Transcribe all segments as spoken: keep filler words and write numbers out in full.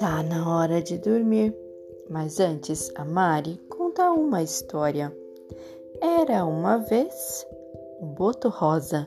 Tá na hora de dormir, mas antes a Mari conta uma história. Era uma vez um boto rosa.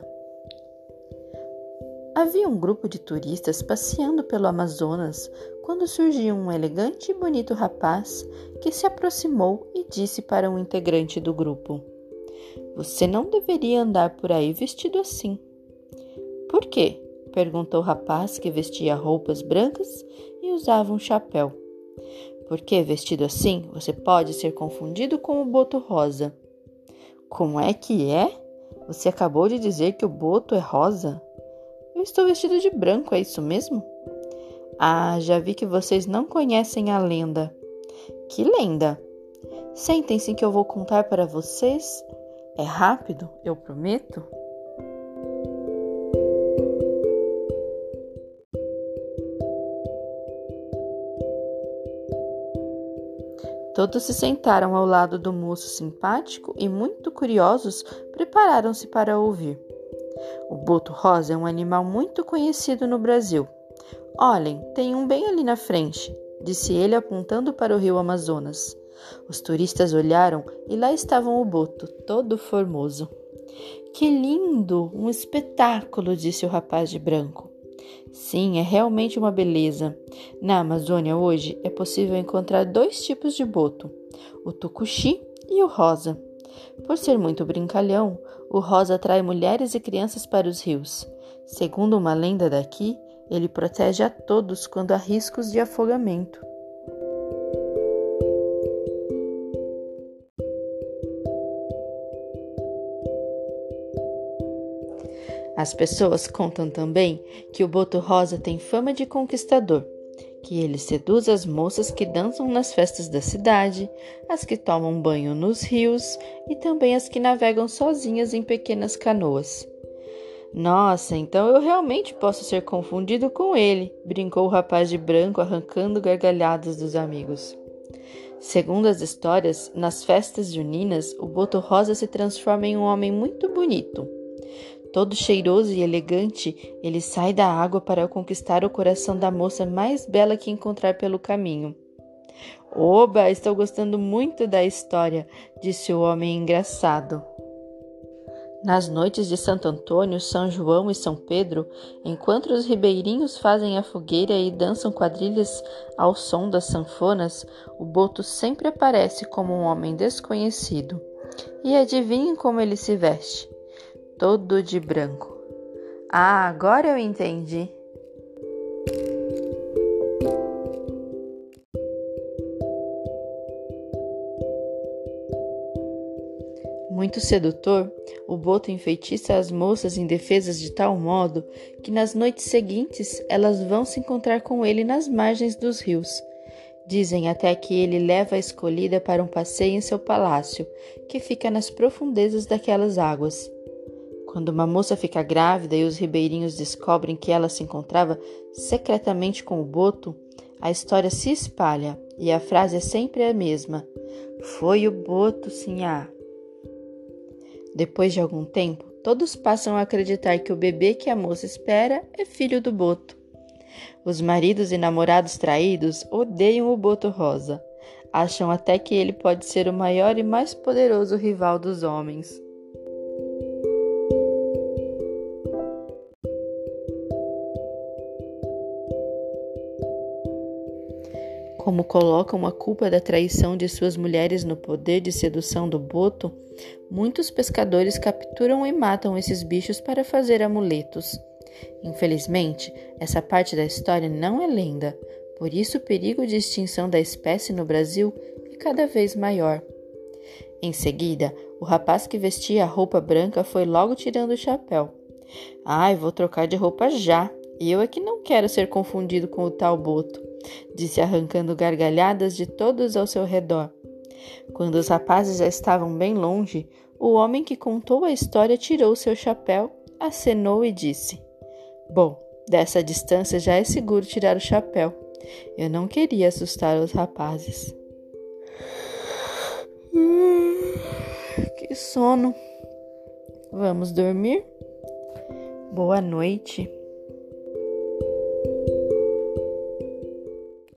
Havia um grupo de turistas passeando pelo Amazonas quando surgiu um elegante e bonito rapaz que se aproximou e disse para um integrante do grupo: "Você não deveria andar por aí vestido assim." "Por quê?" perguntou o rapaz, que vestia roupas brancas e usava um chapéu. "Porque vestido assim você pode ser confundido com o boto rosa." "Como é que é? Você acabou de dizer que o boto é rosa?" "Eu estou vestido de branco, é isso mesmo?" "Ah, já vi que vocês não conhecem a lenda." "Que lenda?" "Sentem-se que eu vou contar para vocês. É rápido, eu prometo." Todos se sentaram ao lado do moço simpático e, muito curiosos, prepararam-se para ouvir. "O boto rosa é um animal muito conhecido no Brasil. Olhem, tem um bem ali na frente," disse ele, apontando para o rio Amazonas. Os turistas olharam e lá estava o boto, todo formoso. "Que lindo! Um espetáculo!" disse o rapaz de branco. "Sim, é realmente uma beleza. Na Amazônia hoje é possível encontrar dois tipos de boto, o tucuxi e o rosa. Por ser muito brincalhão, o rosa atrai mulheres e crianças para os rios. Segundo uma lenda daqui, ele protege a todos quando há riscos de afogamento." As pessoas contam também que o boto rosa tem fama de conquistador, que ele seduz as moças que dançam nas festas da cidade, as que tomam banho nos rios e também as que navegam sozinhas em pequenas canoas. "Nossa, então eu realmente posso ser confundido com ele," brincou o rapaz de branco, arrancando gargalhadas dos amigos. Segundo as histórias, nas festas juninas, o boto rosa se transforma em um homem muito bonito. Todo cheiroso e elegante, ele sai da água para conquistar o coração da moça mais bela que encontrar pelo caminho. "Oba, estou gostando muito da história," disse o homem engraçado. Nas noites de Santo Antônio, São João e São Pedro, enquanto os ribeirinhos fazem a fogueira e dançam quadrilhas ao som das sanfonas, o boto sempre aparece como um homem desconhecido. E adivinhem como ele se veste? Todo de branco. "Ah, agora eu entendi." Muito sedutor, o boto enfeitiça as moças indefesas de tal modo que nas noites seguintes elas vão se encontrar com ele nas margens dos rios. Dizem até que ele leva a escolhida para um passeio em seu palácio, que fica nas profundezas daquelas águas. Quando uma moça fica grávida e os ribeirinhos descobrem que ela se encontrava secretamente com o boto, a história se espalha e a frase é sempre a mesma: "Foi o boto, sinhá." Depois de algum tempo, todos passam a acreditar que o bebê que a moça espera é filho do boto. Os maridos e namorados traídos odeiam o boto rosa. Acham até que ele pode ser o maior e mais poderoso rival dos homens. Como colocam a culpa da traição de suas mulheres no poder de sedução do boto, muitos pescadores capturam e matam esses bichos para fazer amuletos. Infelizmente, essa parte da história não é lenda, por isso o perigo de extinção da espécie no Brasil é cada vez maior. Em seguida, o rapaz que vestia a roupa branca foi logo tirando o chapéu. "Ai, vou trocar de roupa já. Eu é que não quero ser confundido com o tal boto," disse, arrancando gargalhadas de todos ao seu redor. Quando os rapazes já estavam bem longe, o homem que contou a história tirou seu chapéu, acenou e disse: "Bom, dessa distância já é seguro tirar o chapéu. Eu não queria assustar os rapazes." Hum, que sono. Vamos dormir? Boa noite.